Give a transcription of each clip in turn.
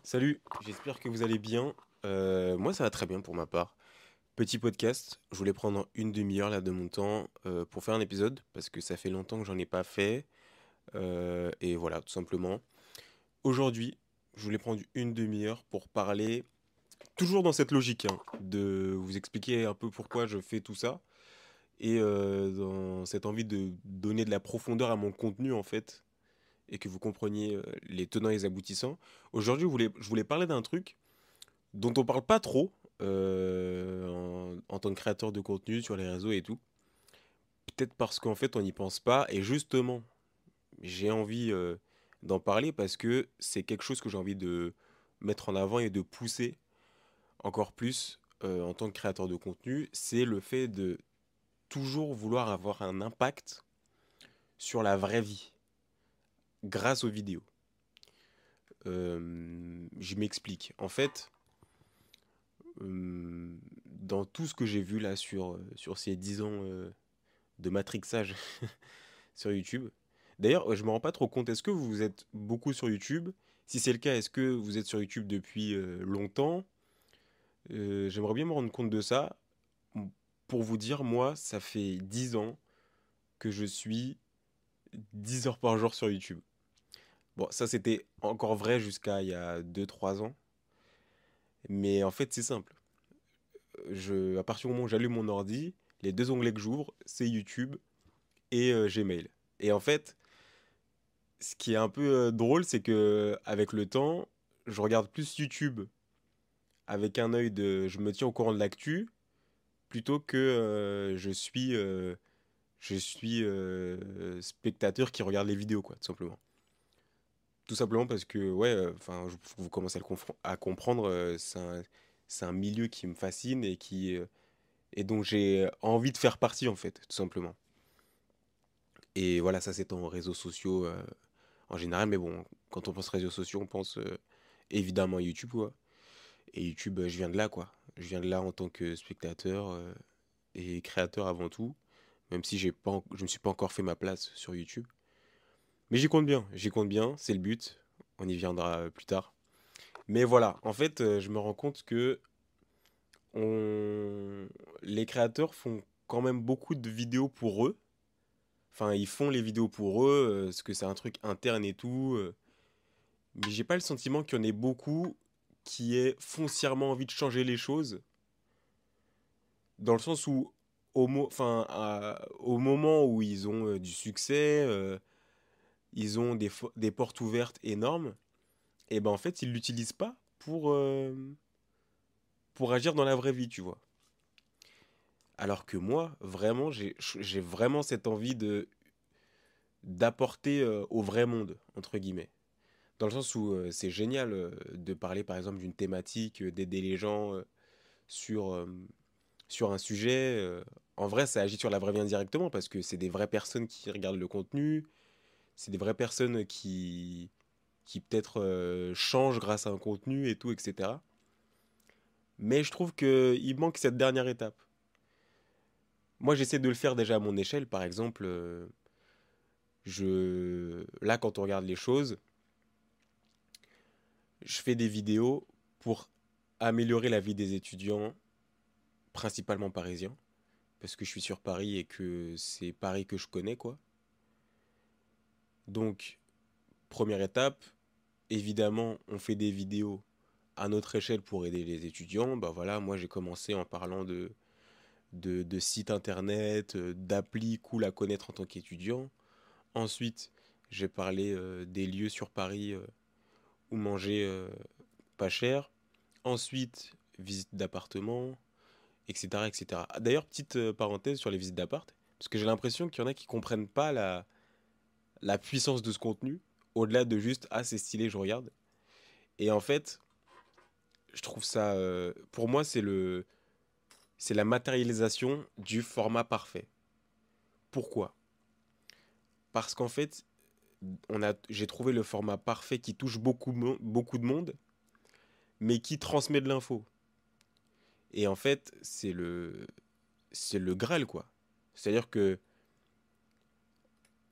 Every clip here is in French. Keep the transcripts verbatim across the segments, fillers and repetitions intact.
Salut, j'espère que vous allez bien. Euh, moi, ça va très bien pour ma part. Petit podcast, je voulais prendre une demi-heure là de mon temps euh, pour faire un épisode parce que ça fait longtemps que j'en ai pas fait. Euh, et voilà, tout simplement. Aujourd'hui, je voulais prendre une demi-heure pour parler, toujours dans cette logique, hein, de vous expliquer un peu pourquoi je fais tout ça et euh, dans cette envie de donner de la profondeur à mon contenu en fait et que vous compreniez euh, les tenants et les aboutissants. Aujourd'hui, je voulais, je voulais parler d'un truc dont on parle pas trop euh, en, en tant que créateur de contenu sur les réseaux et tout. Peut-être parce qu'en fait on n'y pense pas et justement j'ai envie euh, d'en parler parce que c'est quelque chose que j'ai envie de mettre en avant et de pousser encore plus euh, en tant que créateur de contenu, c'est le fait de toujours vouloir avoir un impact sur la vraie vie grâce aux vidéos. Euh, je m'explique. En fait, euh, dans tout ce que j'ai vu là sur, sur ces dix ans euh, de matrixage sur YouTube. D'ailleurs, euh, je me rends pas trop compte. Est-ce que vous êtes beaucoup sur YouTube? Si c'est le cas, est-ce que vous êtes sur YouTube depuis euh, longtemps? Euh, J'aimerais bien me rendre compte de ça. Pour vous dire, moi, ça fait dix ans que je suis dix heures par jour sur YouTube. Bon, ça c'était encore vrai jusqu'à il y a deux trois ans. Mais en fait, c'est simple. Je, à partir du moment où j'allume mon ordi, les deux onglets que j'ouvre, c'est YouTube et euh, Gmail. Et en fait, ce qui est un peu euh, drôle, c'est que avec le temps, je regarde plus YouTube avec un œil de je me tiens au courant de l'actu plutôt que euh, je suis euh, je suis euh, spectateur qui regarde les vidéos quoi, tout simplement. Tout simplement parce que ouais, euh, enfin, je- vous commencez à, le confr- à comprendre, euh, c'est un, c'est un milieu qui me fascine et qui euh, et dont j'ai envie de faire partie en fait, tout simplement. Et voilà, ça c'est en réseaux sociaux euh, en général, mais bon, quand on pense réseaux sociaux, on pense euh, évidemment YouTube quoi. Et YouTube, euh, je viens de là, quoi. Je viens de là en tant que spectateur euh, et créateur avant tout, même si j'ai pas, en- je ne me suis pas encore fait ma place sur YouTube. Mais j'y compte bien, j'y compte bien, c'est le but. On y viendra euh, plus tard. Mais voilà, en fait, euh, je me rends compte que on... les créateurs font quand même beaucoup de vidéos pour eux. Enfin, ils font les vidéos pour eux, euh, parce que c'est un truc interne et tout. euh. Mais j'ai pas le sentiment qu'il y en ait beaucoup qui aient foncièrement envie de changer les choses dans le sens où au, mo- enfin, à- au moment où ils ont euh, du succès, euh, ils ont des, fo- des portes ouvertes énormes, et ben en fait ils l'utilisent pas pour, euh, pour agir dans la vraie vie, tu vois. Alors que moi, vraiment, j'ai j'ai vraiment cette envie de d'apporter euh, au vrai monde, entre guillemets. Dans le sens où euh, c'est génial euh, de parler par exemple d'une thématique, euh, d'aider les gens euh, sur, euh, sur un sujet. euh, En vrai, ça agit sur la vraie vie indirectement parce que c'est des vraies personnes qui regardent le contenu, c'est des vraies personnes qui, qui peut-être euh, changent grâce à un contenu et tout, et cetera. Mais je trouve qu'il manque cette dernière étape. Moi, j'essaie de le faire déjà à mon échelle. Par exemple, euh, je... là, quand on regarde les choses, je fais des vidéos pour améliorer la vie des étudiants, principalement parisiens, parce que je suis sur Paris et que c'est Paris que je connais, quoi. Donc, première étape, évidemment, on fait des vidéos à notre échelle pour aider les étudiants. Bah voilà, moi j'ai commencé en parlant de, de, de sites internet, euh, d'applis cool à connaître en tant qu'étudiant. Ensuite, j'ai parlé euh, des lieux sur Paris euh, où manger euh, pas cher. Ensuite, visite d'appartement, et cetera, et cetera. Ah, d'ailleurs, petite euh, parenthèse sur les visites d'appart, parce que j'ai l'impression qu'il y en a qui comprennent pas la, la puissance de ce contenu, au-delà de juste ah c'est stylé, je regarde. Et en fait, je trouve ça, euh, pour moi, c'est le, c'est la matérialisation du format parfait. Pourquoi? Parce qu'en fait, on a, j'ai trouvé le format parfait qui touche beaucoup, beaucoup de monde, mais qui transmet de l'info. Et en fait, c'est le, c'est le Graal, quoi. C'est-à-dire que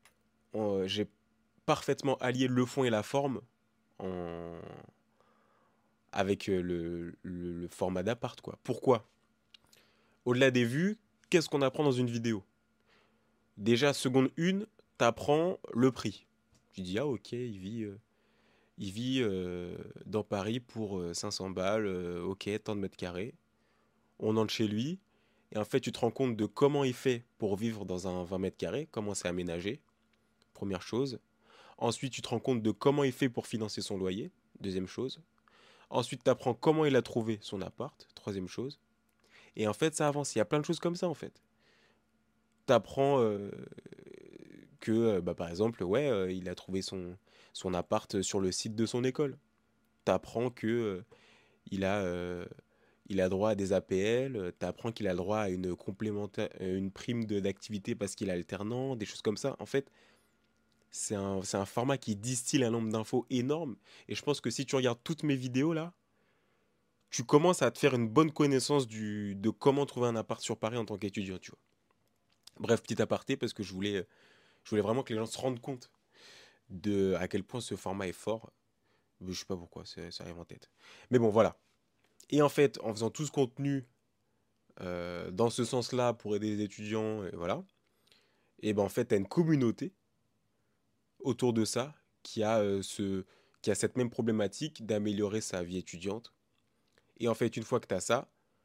on- j'ai parfaitement allié le fond et la forme en, avec euh, le, le- le format d'appart, quoi. Pourquoi? Au-delà des vues, qu'est-ce qu'on apprend dans une vidéo? Déjà, seconde une, t'apprends le prix. Tu dis, ah ok, il vit, euh, il vit euh, dans Paris pour euh, cinq cents balles, euh, ok, tant de mètres carrés. On entre chez lui, et en fait, tu te rends compte de comment il fait pour vivre dans un vingt mètres carrés, comment c'est aménagé, première chose. Ensuite, tu te rends compte de comment il fait pour financer son loyer, deuxième chose. Ensuite, tu apprends comment il a trouvé son appart, troisième chose. Et en fait, ça avance. Il y a plein de choses comme ça, en fait. Tu apprends euh, que, euh, bah, par exemple, ouais, euh, il a trouvé son, son appart sur le site de son école. Tu apprends que euh, il a, euh, il a droit à des A P L. Tu apprends qu'il a le droit à une complémentaire, euh, une prime de- d'activité parce qu'il est alternant, des choses comme ça. En fait, c'est un, c'est un format qui distille un nombre d'infos énorme. Et je pense que si tu regardes toutes mes vidéos là, tu commences à te faire une bonne connaissance du, de comment trouver un appart sur Paris en tant qu'étudiant, tu vois. Bref, petit aparté, parce que je voulais, je voulais vraiment que les gens se rendent compte de à quel point ce format est fort. Je sais pas pourquoi, ça, ça arrive en tête. Mais bon, voilà. Et en fait, en faisant tout ce contenu euh, dans ce sens-là pour aider les étudiants, et voilà, et ben en fait, tu as une communauté autour de ça qui a, euh, ce, qui a cette même problématique d'améliorer sa vie étudiante. Et en fait, une fois que tu as ça,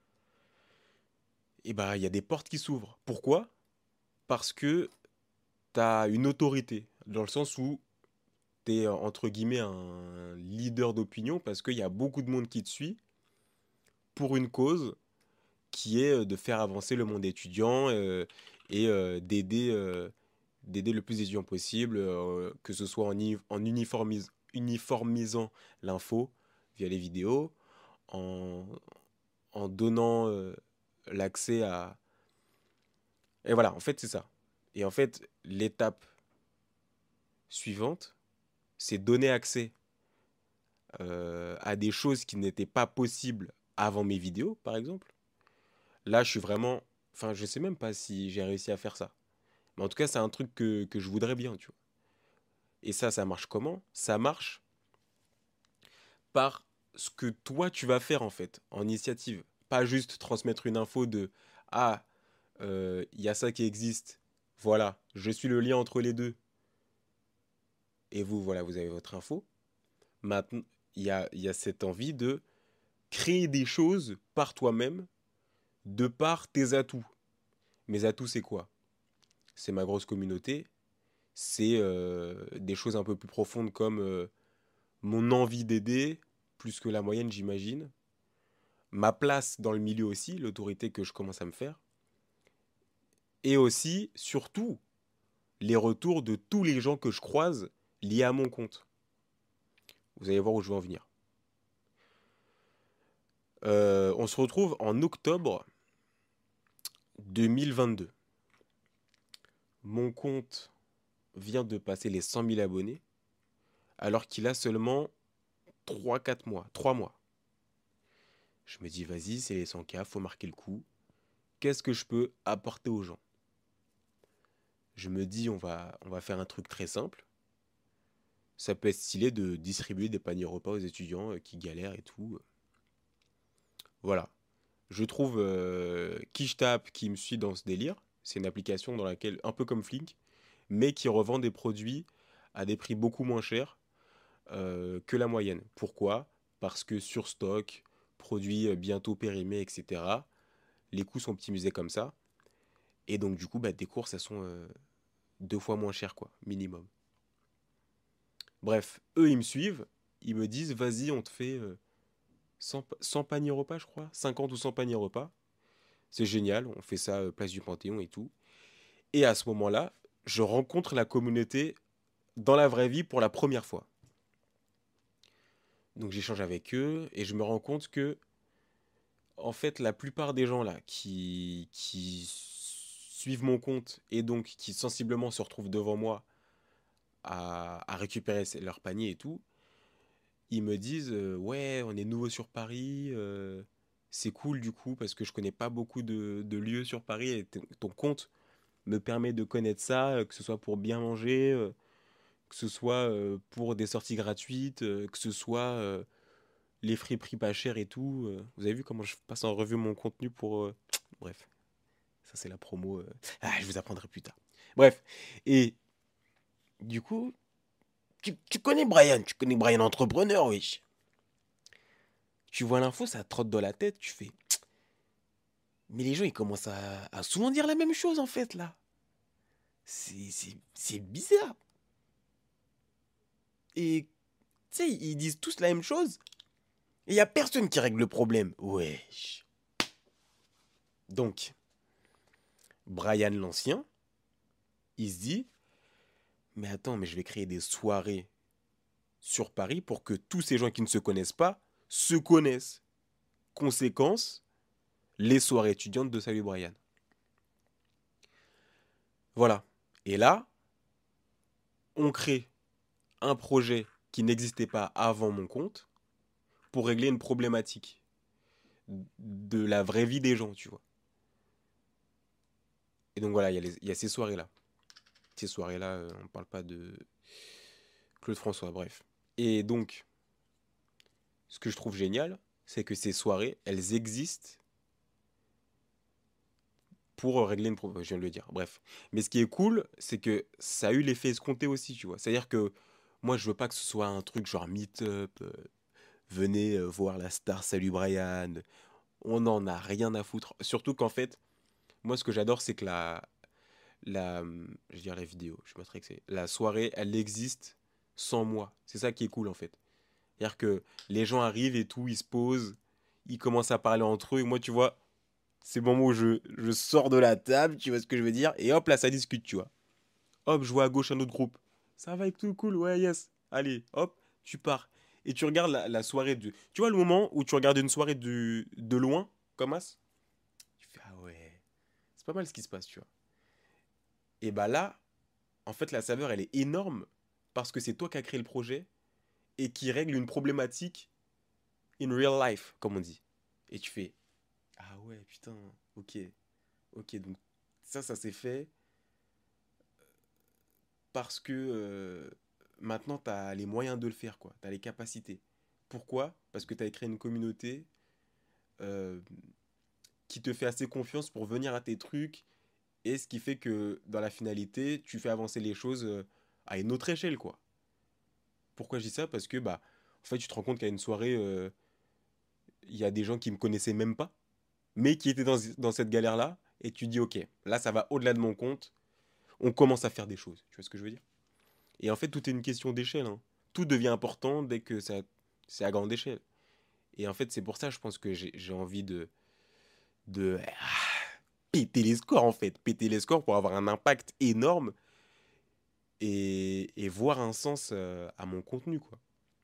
et ben il y a des portes qui s'ouvrent. Pourquoi? Parce que tu as une autorité, dans le sens où tu es entre guillemets un leader d'opinion, parce qu'il y a beaucoup de monde qui te suit pour une cause qui est euh, de faire avancer le monde étudiant euh, et euh, d'aider euh, d'aider le plus d'étudiants possible, euh, que ce soit en, i- en uniformis- uniformisant l'info via les vidéos, en, en donnant euh, l'accès à... Et voilà, en fait, c'est ça. Et en fait, l'étape suivante, c'est donner accès euh, à des choses qui n'étaient pas possibles avant mes vidéos, par exemple. Là, je suis vraiment... Enfin, je sais même pas si j'ai réussi à faire ça. Mais en tout cas, c'est un truc que, que je voudrais bien, tu vois. Et ça, ça marche comment? Ça marche par ce que toi, tu vas faire, en fait, en initiative. Pas juste transmettre une info de «Ah, euh, il y a ça qui existe. Voilà, je suis le lien entre les deux. Et vous, voilà, vous avez votre info.» Maintenant, il y a, il y a cette envie de créer des choses par toi-même, de par tes atouts. Mes atouts, c'est quoi? C'est ma grosse communauté. C'est euh, des choses un peu plus profondes comme euh, mon envie d'aider, plus que la moyenne, j'imagine. Ma place dans le milieu aussi, l'autorité que je commence à me faire. Et aussi, surtout, les retours de tous les gens que je croise liés à mon compte. Vous allez voir où je veux en venir. Euh, on se retrouve en octobre deux mille vingt-deux. Mon compte vient de passer les cent mille abonnés, alors qu'il a seulement trois quatre mois, trois mois. Je me dis, vas-y, c'est les cent K, faut marquer le coup. Qu'est-ce que je peux apporter aux gens? Je me dis, on va, on va faire un truc très simple. Ça peut être stylé de distribuer des paniers repas aux étudiants euh, qui galèrent et tout. Voilà. Je trouve euh, Kishtapp qui me suit dans ce délire. C'est une application dans laquelle, un peu comme Flink, mais qui revend des produits à des prix beaucoup moins chers euh, que la moyenne. Pourquoi? Parce que sur stock, produits euh, bientôt périmés, et cetera. Les coûts sont optimisés comme ça. Et donc, du coup, bah, des courses, elles sont euh, deux fois moins chères, quoi, minimum. Bref, eux, ils me suivent. Ils me disent, vas-y, on te fait euh, cent, pa- cent paniers repas, je crois. cinquante ou cent paniers repas. C'est génial, on fait ça euh, place du Panthéon et tout. Et à ce moment-là, je rencontre la communauté dans la vraie vie pour la première fois. Donc j'échange avec eux et je me rends compte que, en fait, la plupart des gens là qui, qui suivent mon compte et donc qui sensiblement se retrouvent devant moi à, à récupérer leur panier et tout, ils me disent euh, ouais, on est nouveau sur Paris, euh, c'est cool du coup parce que je connais pas beaucoup de, de lieux sur Paris et t- ton compte me permet de connaître ça, euh, que ce soit pour bien manger, euh, que ce soit euh, pour des sorties gratuites, euh, que ce soit euh, les friperies pas chères et tout. euh, Vous avez vu comment je passe en revue mon contenu pour... euh, Bref, ça c'est la promo. euh. Ah, je vous apprendrai plus tard. Bref, et du coup, tu, tu connais Brian, tu connais Brian entrepreneur, oui. Tu vois l'info, ça te trotte dans la tête, tu fais... Mais les gens, ils commencent à, à souvent dire la même chose, en fait, là. C'est c'est- c'est bizarre. Et, tu sais, ils disent tous la même chose. Et il n'y a personne qui règle le problème. Wesh. Donc, Brian l'Ancien, il se dit, mais attends, mais je vais créer des soirées sur Paris pour que tous ces gens qui ne se connaissent pas se connaissent. Conséquence, les soirées étudiantes de Salut Brian. Voilà. Et là, on crée un projet qui n'existait pas avant mon compte pour régler une problématique de la vraie vie des gens, tu vois. Et donc voilà, il y, a les- il y a ces soirées-là. Ces soirées-là, euh, on ne parle pas de Claude François, bref. Et donc, ce que je trouve génial, c'est que ces soirées, elles existent pour régler une problématique. Je viens de le dire, bref. Mais ce qui est cool, c'est que ça a eu l'effet escompté aussi, tu vois. C'est-à-dire que moi, je veux pas que ce soit un truc genre meet-up, euh, venez euh, voir la star Salut Brian. On n'en a rien à foutre. Surtout qu'en fait, moi, ce que j'adore, c'est que la, la, je veux dire la vidéo, je suis que c'est la soirée, elle existe sans moi. C'est ça qui est cool en fait. C'est-à-dire que les gens arrivent et tout, ils se posent, ils commencent à parler entre eux et moi, tu vois, c'est le moment où je, je sors de la table, tu vois ce que je veux dire, et hop là, ça discute, tu vois. Hop, je vois à gauche un autre groupe. Ça va être tout cool, ouais, yes. Allez, hop, tu pars. Et tu regardes la, la soirée de. Tu vois le moment où tu regardes une soirée du, de loin, comme as. Tu fais, ah ouais, c'est pas mal ce qui se passe, tu vois. Et bah là, en fait, la saveur, elle est énorme parce que c'est toi qui as créé le projet et qui règle une problématique in real life, comme on dit. Et tu fais, ah ouais, putain, ok, ok, donc ça, ça s'est fait parce que euh, maintenant, tu as les moyens de le faire, quoi. Tu as les capacités. Pourquoi? Parce que tu as créé une communauté euh, qui te fait assez confiance pour venir à tes trucs et ce qui fait que dans la finalité, tu fais avancer les choses euh, à une autre échelle, quoi. Pourquoi je dis ça? Parce que, bah, en fait, tu te rends compte qu'à une soirée, euh, il y a des gens qui me connaissaient même pas, mais qui étaient dans, dans cette galère-là, et tu dis, ok, là, ça va au-delà de mon compte, on commence à faire des choses. Tu vois ce que je veux dire? Et en fait, tout est une question d'échelle, hein. Tout devient important dès que ça, c'est à grande échelle. Et en fait, c'est pour ça, je pense que j'ai j'ai envie de, de ah, péter les scores, en fait. Péter les scores pour avoir un impact énorme et, et voir un sens euh, à mon contenu, quoi.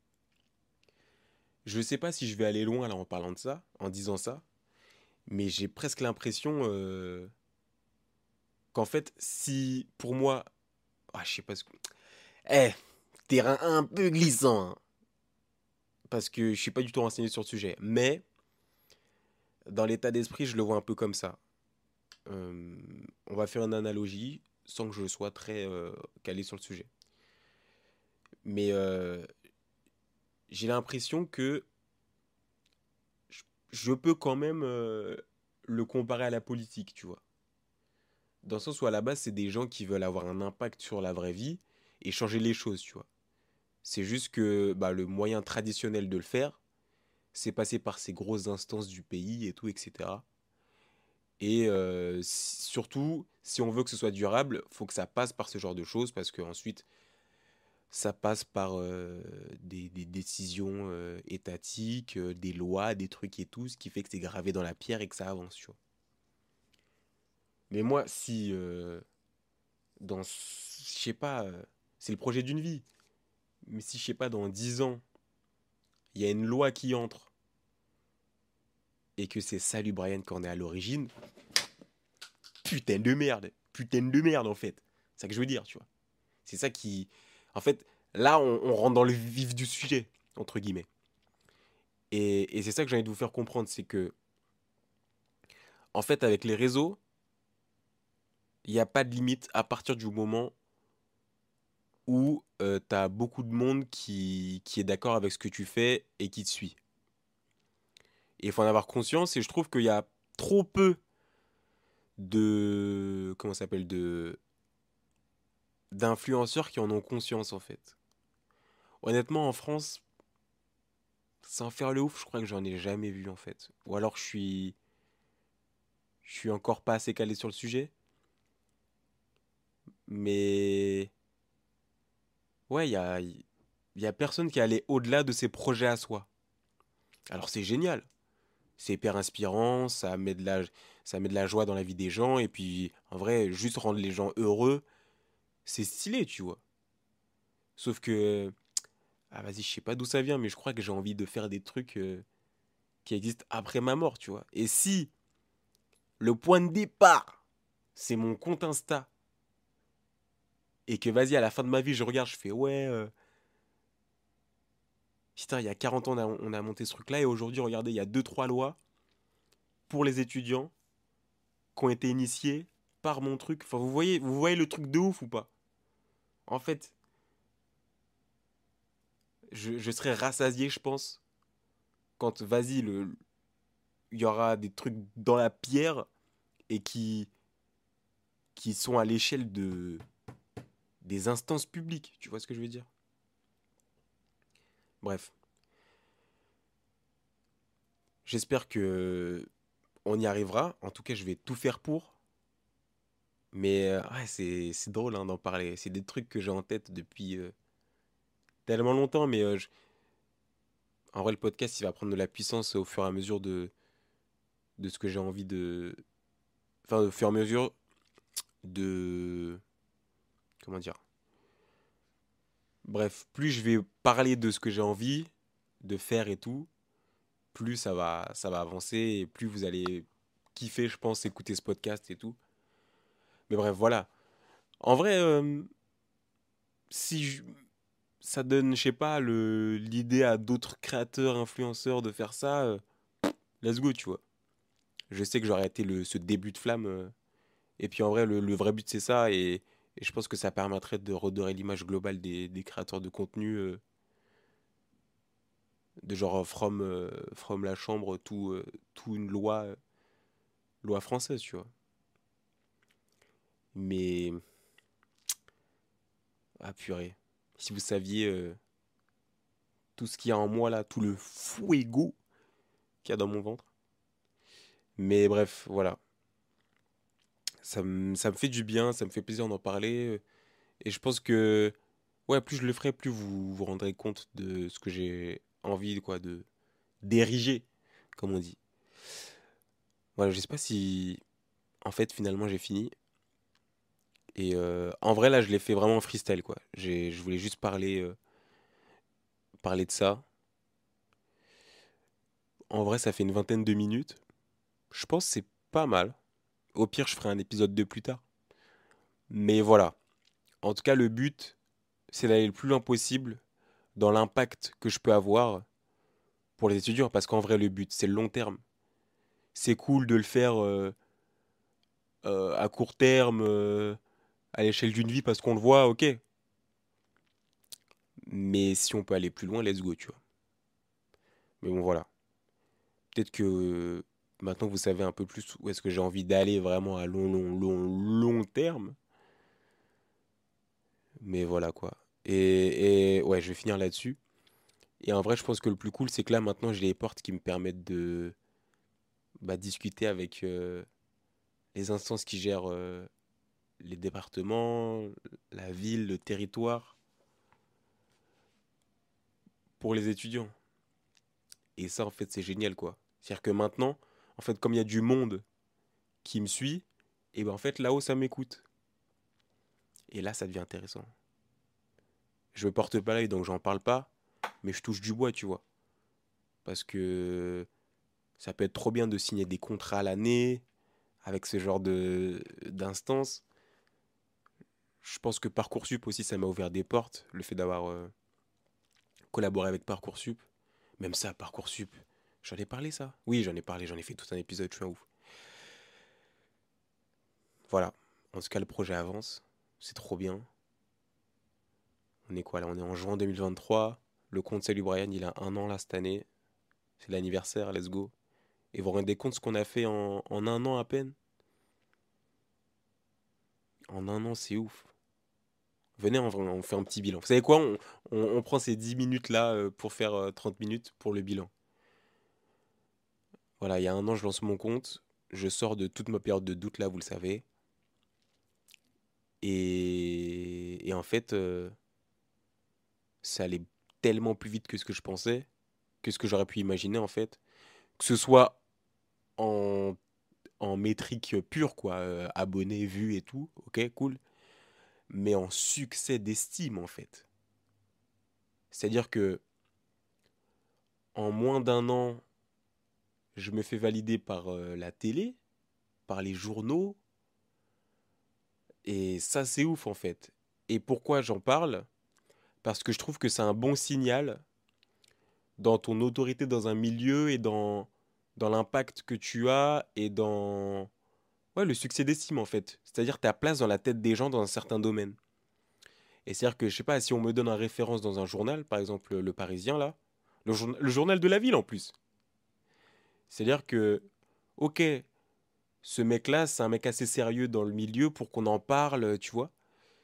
Je sais pas si je vais aller loin là en parlant de ça, en disant ça, mais j'ai presque l'impression euh, qu'en fait, si pour moi, ah, je sais pas ce que, eh, terrain un peu glissant, hein, parce que je suis pas du tout renseigné sur le sujet, mais dans l'état d'esprit, je le vois un peu comme ça. Euh, on va faire une analogie sans que je sois très euh, calé sur le sujet, mais euh, j'ai l'impression que je, je peux quand même euh, le comparer à la politique, tu vois. Dans le sens où à la base, c'est des gens qui veulent avoir un impact sur la vraie vie et changer les choses, tu vois. C'est juste que bah, le moyen traditionnel de le faire, c'est passer par ces grosses instances du pays et tout, et cetera. Et euh, si- surtout, si on veut que ce soit durable, faut que ça passe par ce genre de choses parce qu'ensuite, ça passe par euh, des, des décisions euh, étatiques, euh, des lois, des trucs et tout, ce qui fait que c'est gravé dans la pierre et que ça avance, tu vois. Mais moi, si euh, dans, je sais pas, euh, c'est le projet d'une vie. Mais si, je sais pas, dans dix ans, il y a une loi qui entre et que c'est Salut Brian qui en est à l'origine, putain de merde. Putain de merde, en fait. C'est ça que je veux dire, tu vois. C'est ça qui. En fait, là, on, on rentre dans le vif du sujet, entre guillemets. Et, et c'est ça que j'ai envie de vous faire comprendre, c'est que, en fait, avec les réseaux, il n'y a pas de limite à partir du moment où euh, tu as beaucoup de monde qui, qui est d'accord avec ce que tu fais et qui te suit. Et il faut en avoir conscience. Et je trouve qu'il y a trop peu de... Comment ça s'appelle de d'influenceurs qui en ont conscience, en fait. Honnêtement, en France, sans faire le ouf, je crois que j'en ai jamais vu, en fait. Ou alors je suis... Je suis encore pas assez calé sur le sujet. Mais... Ouais, il y a... Il y a personne qui est allé au-delà de ses projets à soi. Alors c'est génial. C'est hyper inspirant, ça met de la, ça met de la joie dans la vie des gens. Et puis, en vrai, juste rendre les gens heureux, c'est stylé, tu vois. Sauf que... Ah vas-y, je sais pas d'où ça vient, mais je crois que j'ai envie de faire des trucs euh, qui existent après ma mort, tu vois. Et si le point de départ, c'est mon compte Insta, et que vas-y, à la fin de ma vie, je regarde, je fais ouais, euh, putain, il y a quarante ans, on a, on a monté ce truc-là, et aujourd'hui, regardez, il y a deux trois lois pour les étudiants qui ont été initiées par mon truc. Enfin, vous voyez, vous voyez le truc de ouf ou pas? En fait, je, je serais rassasié, je pense, quand, vas-y, le, il y aura des trucs dans la pierre et qui, qui sont à l'échelle de, des instances publiques. Tu vois ce que je veux dire? Bref, j'espère que on y arrivera. En tout cas, je vais tout faire pour. Mais euh, ouais, c'est, c'est drôle hein, d'en parler. C'est des trucs que j'ai en tête depuis euh, tellement longtemps. Mais euh, je- en vrai, le podcast, il va prendre de la puissance au fur et à mesure de, de ce que j'ai envie de... Enfin, au fur et à mesure de... Comment dire? Bref, plus je vais parler de ce que j'ai envie de faire et tout, plus ça va, ça va avancer et plus vous allez kiffer, je pense, écouter ce podcast et tout. Mais bref, voilà. En vrai, euh, si je- ça donne, je sais pas, le, l'idée à d'autres créateurs, influenceurs de faire ça, euh, let's go, tu vois. Je sais que j'aurais été le, ce début de flamme. euh, et puis en vrai, le, le vrai but, c'est ça. Et, et je pense que ça permettrait de redorer l'image globale des, des créateurs de contenu, euh, de genre From, euh, From la Chambre, tout, euh, tout une loi, euh, loi française, tu vois. Mais, ah purée, si vous saviez euh, tout ce qu'il y a en moi là, tout le fuego qu'il y a dans mon ventre. Mais bref, voilà. Ça me, ça me fait du bien, ça me fait plaisir d'en parler. euh, Et je pense que, ouais, plus je le ferai, plus vous vous rendrez compte de ce que j'ai envie, quoi, de d'ériger, comme on dit. Voilà, je sais pas si, en fait, finalement, j'ai fini. Et euh, en vrai, là, je l'ai fait vraiment en freestyle, quoi. J'ai, je voulais juste parler, euh, parler de ça. En vrai, ça fait une vingtaine de minutes. Je pense que c'est pas mal. Au pire, je ferai un épisode deux plus tard. Mais voilà. En tout cas, le but, c'est d'aller le plus loin possible dans l'impact que je peux avoir pour les étudiants. Parce qu'en vrai, le but, c'est le long terme. C'est cool de le faire euh, euh, à court terme, euh, à l'échelle d'une vie, parce qu'on le voit, ok. Mais si on peut aller plus loin, let's go, tu vois. Mais bon, voilà. Peut-être que euh, maintenant vous savez un peu plus où est-ce que j'ai envie d'aller vraiment à long, long, long, long terme. Mais voilà, quoi. Et, et ouais, je vais finir là-dessus. Et en vrai, je pense que le plus cool, c'est que là, maintenant, j'ai les portes qui me permettent de bah, discuter avec euh, les instances qui gèrent euh, les départements, la ville, le territoire, pour les étudiants. Et ça, en fait, c'est génial, quoi. C'est-à-dire que maintenant, en fait, comme il y a du monde qui me suit, et ben en fait, là-haut, ça m'écoute. Et là, ça devient intéressant. Je me porte pas l'œil, donc j'en parle pas, mais je touche du bois, tu vois. Parce que ça peut être trop bien de signer des contrats à l'année, avec ce genre de d'instances. Je pense que Parcoursup aussi, ça m'a ouvert des portes, le fait d'avoir euh, collaboré avec Parcoursup. Même ça, Parcoursup, j'en ai parlé ça? Oui, j'en ai parlé, j'en ai fait tout un épisode, je suis un ouf. Voilà, en tout cas, le projet avance, c'est trop bien. On est quoi là? On est en juin deux mille vingt-trois. Le compte Salut Brian, il a un an là cette année. C'est l'anniversaire, let's go. Et vous vous rendez compte ce qu'on a fait en, en un an à peine? En un an, c'est ouf. Venez, on, on fait un petit bilan. Vous savez quoi? On, on- on prend ces dix minutes-là euh, pour faire euh, trente minutes pour le bilan. Voilà, il y a un an, je lance mon compte. Je sors de toute ma période de doute, là, vous le savez. Et, et en fait, euh, ça allait tellement plus vite que ce que je pensais, que ce que j'aurais pu imaginer, en fait. Que ce soit en, en métrique pure, quoi. Euh, abonnés, vues et tout. Ok, cool. Mais en succès d'estime, en fait. C'est-à-dire que en moins d'un an, je me fais valider par euh, la télé, par les journaux, et ça c'est ouf en fait. Et pourquoi j'en parle? Parce que je trouve que c'est un bon signal dans ton autorité dans un milieu et dans, dans l'impact que tu as et dans ouais, le succès d'estime en fait. C'est-à-dire ta place dans la tête des gens dans un certain domaine. Et c'est-à-dire que je sais pas, si on me donne en référence dans un journal, par exemple Le Parisien là, le, journa- le journal de la ville en plus. C'est-à-dire que, ok, ce mec-là, c'est un mec assez sérieux dans le milieu pour qu'on en parle, tu vois.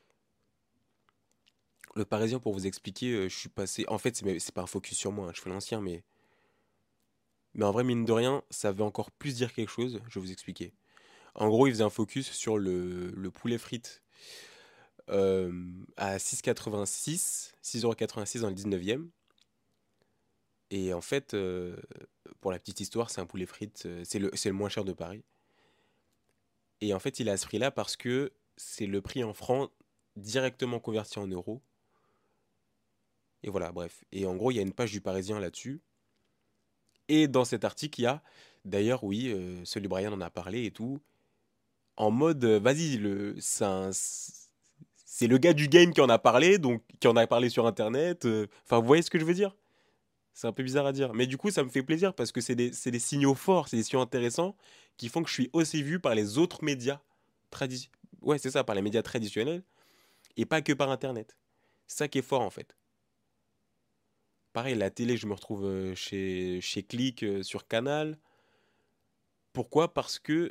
Le Parisien, pour vous expliquer, euh, je suis passé. En fait, c'est c'est pas un focus sur moi, hein, je fais l'ancien, mais. Mais en vrai, mine de rien, ça veut encore plus dire quelque chose, je vais vous expliquer. En gros, il faisait un focus sur le, le poulet frites euh, à six quatre-vingt-six, six euros quatre-vingt-six dans le dix-neuvième. Et en fait, euh, pour la petite histoire, c'est un poulet frites, euh, c'est le, c'est le moins cher de Paris. Et en fait, il a ce prix-là parce que c'est le prix en francs directement converti en euros. Et voilà, bref. Et en gros, il y a une page du Parisien là-dessus. Et dans cet article, il y a, d'ailleurs, oui, euh, celui Brian en a parlé et tout, en mode, euh, vas-y, le, c'est un- c'est le gars du game qui en a parlé, donc qui en a parlé sur Internet. euh, Enfin, vous voyez ce que je veux dire? C'est un peu bizarre à dire. Mais du coup, ça me fait plaisir parce que c'est des, c'est des signaux forts, c'est des signaux intéressants qui font que je suis aussi vu par les autres médias traditionnels. Ouais, c'est ça, par les médias traditionnels et pas que par Internet. C'est ça qui est fort en fait. Pareil, la télé, je me retrouve euh, chez, chez Click euh, sur Canal. Pourquoi? Parce que,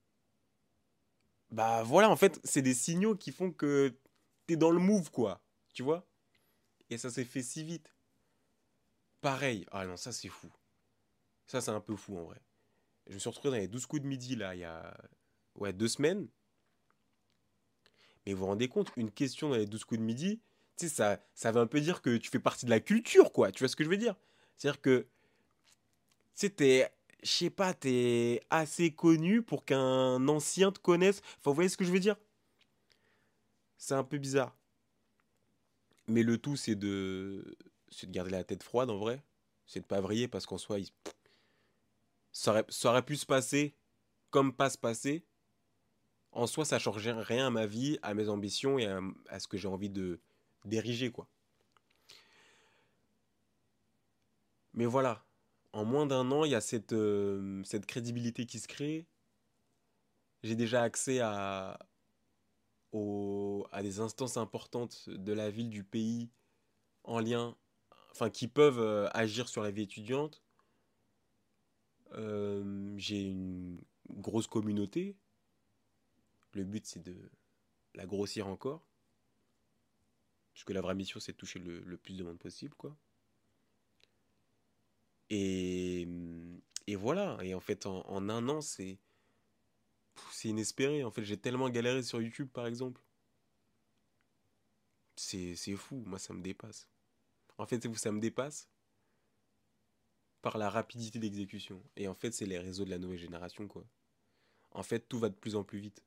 bah voilà, en fait, c'est des signaux qui font que t'es dans le move, quoi. Tu vois? Et ça s'est fait si vite. Pareil. Ah non, ça c'est fou. Ça c'est un peu fou en vrai. Je me suis retrouvé dans les douze coups de midi, là, il y a ouais, deux semaines. Mais vous vous rendez compte, une question dans les douze coups de midi, tu sais, ça, ça veut un peu dire que tu fais partie de la culture, quoi. Tu vois ce que je veux dire? C'est-à-dire que sais, t'es, je sais pas, t'es assez connu pour qu'un ancien te connaisse. Enfin, vous voyez ce que je veux dire? C'est un peu bizarre. Mais le tout, c'est de, c'est de garder la tête froide en vrai. C'est de pas vriller parce qu'en soi, il- ça aurait, ça aurait pu se passer comme pas se passer. En soi, ça change rien à ma vie, à mes ambitions et à, à ce que j'ai envie de d'ériger, quoi. Mais voilà, en moins d'un an, il y a cette, euh, cette crédibilité qui se crée. J'ai déjà accès à, au- à des instances importantes de la ville, du pays, en lien, enfin qui peuvent euh, agir sur la vie étudiante. Euh, j'ai une grosse communauté. Le but c'est de la grossir encore, puisque la vraie mission c'est de toucher le, le plus de monde possible, quoi. Et, et voilà. Et en fait, en, en un an, c'est c'est inespéré. En fait, j'ai tellement galéré sur YouTube, par exemple. C'est c'est fou. Moi, ça me dépasse. En fait, vous, ça me dépasse par la rapidité d'exécution. Et en fait, c'est les réseaux de la nouvelle génération, quoi. En fait, tout va de plus en plus vite.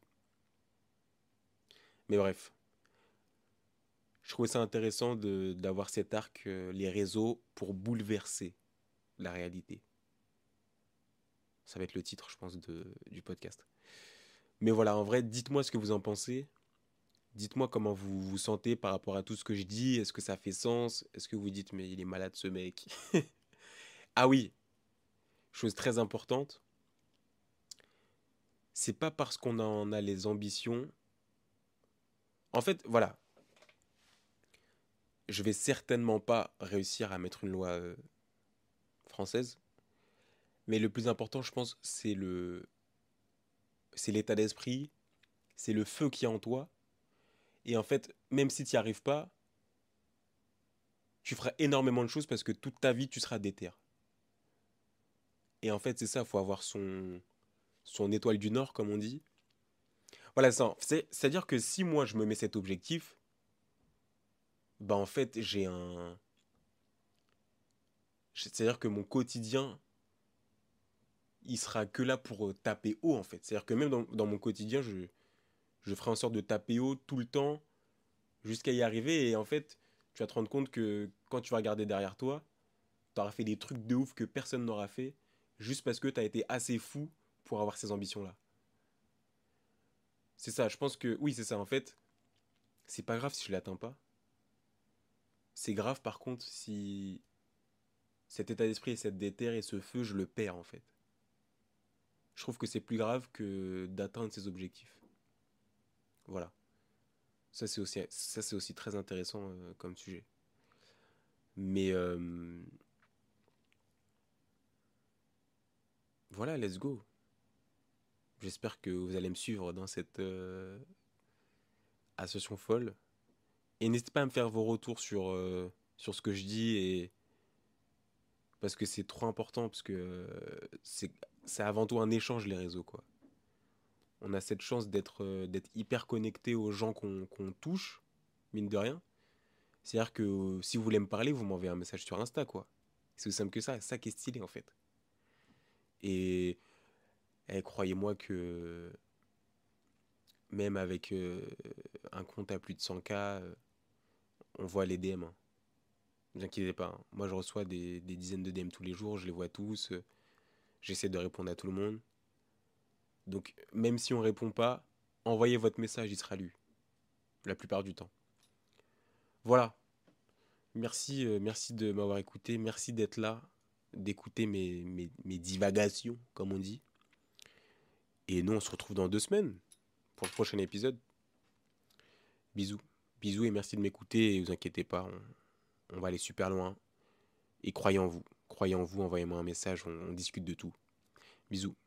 Mais bref, je trouvais ça intéressant de, d'avoir cet arc, euh, les réseaux, pour bouleverser la réalité. Ça va être le titre, je pense, de, du podcast. Mais voilà, en vrai, dites-moi ce que vous en pensez. Dites-moi comment vous vous sentez par rapport à tout ce que je dis. Est-ce que ça fait sens? Est-ce que vous dites, mais il est malade ce mec? Ah oui, chose très importante, c'est pas parce qu'on en a les ambitions. En fait, voilà, je vais certainement pas réussir à mettre une loi euh, française. Mais le plus important, je pense, c'est le, c'est l'état d'esprit, c'est le feu qui est en toi. Et en fait, même si tu n'y arrives pas, tu feras énormément de choses parce que toute ta vie, tu seras déter. Et en fait, c'est ça, il faut avoir son, son étoile du Nord, comme on dit. Voilà, ça, c'est, c'est-à-dire que si moi, je me mets cet objectif, bah en fait, j'ai un... C'est-à-dire que mon quotidien, il sera que là pour euh, taper haut, en fait. C'est-à-dire que même dans, dans mon quotidien, je, je ferai en sorte de taper haut tout le temps jusqu'à y arriver. Et en fait, tu vas te rendre compte que quand tu vas regarder derrière toi, tu auras fait des trucs de ouf que personne n'aura fait juste parce que tu as été assez fou pour avoir ces ambitions-là. C'est ça, je pense que oui, c'est ça. En fait, c'est pas grave si je l'atteins pas. C'est grave par contre si cet état d'esprit et cette déterre et ce feu, je le perds en fait. Je trouve que c'est plus grave que d'atteindre ses objectifs. Voilà. Ça c'est aussi, ça, c'est aussi très intéressant euh, comme sujet. Mais euh, voilà, let's go. J'espère que vous allez me suivre dans cette euh, association folle. Et n'hésitez pas à me faire vos retours sur, euh, sur ce que je dis et parce que c'est trop important parce que euh, c'est c'est avant tout un échange les réseaux quoi. On a cette chance d'être euh, d'être hyper connecté aux gens qu'on qu'on touche mine de rien. C'est-à-dire que euh, si vous voulez me parler, vous m'envoyez un message sur Insta quoi. C'est aussi simple que ça, c'est ça qui est stylé en fait. Et eh, croyez-moi que même avec euh, un compte à plus de cent k, euh, on voit les D M. Hein. Ne vous inquiétez pas. Hein. Moi, je reçois des, des dizaines de D M tous les jours, je les vois tous. euh, J'essaie de répondre à tout le monde. Donc, même si on répond pas, envoyez votre message, il sera lu. La plupart du temps. Voilà. Merci, euh, merci de m'avoir écouté. Merci d'être là, d'écouter mes, mes, mes divagations, comme on dit. Et nous, on se retrouve dans deux semaines pour le prochain épisode. Bisous. Bisous et merci de m'écouter. Et vous inquiétez pas, on, on va aller super loin. Et croyez en vous. Croyez en vous, envoyez-moi un message, on, on discute de tout. Bisous.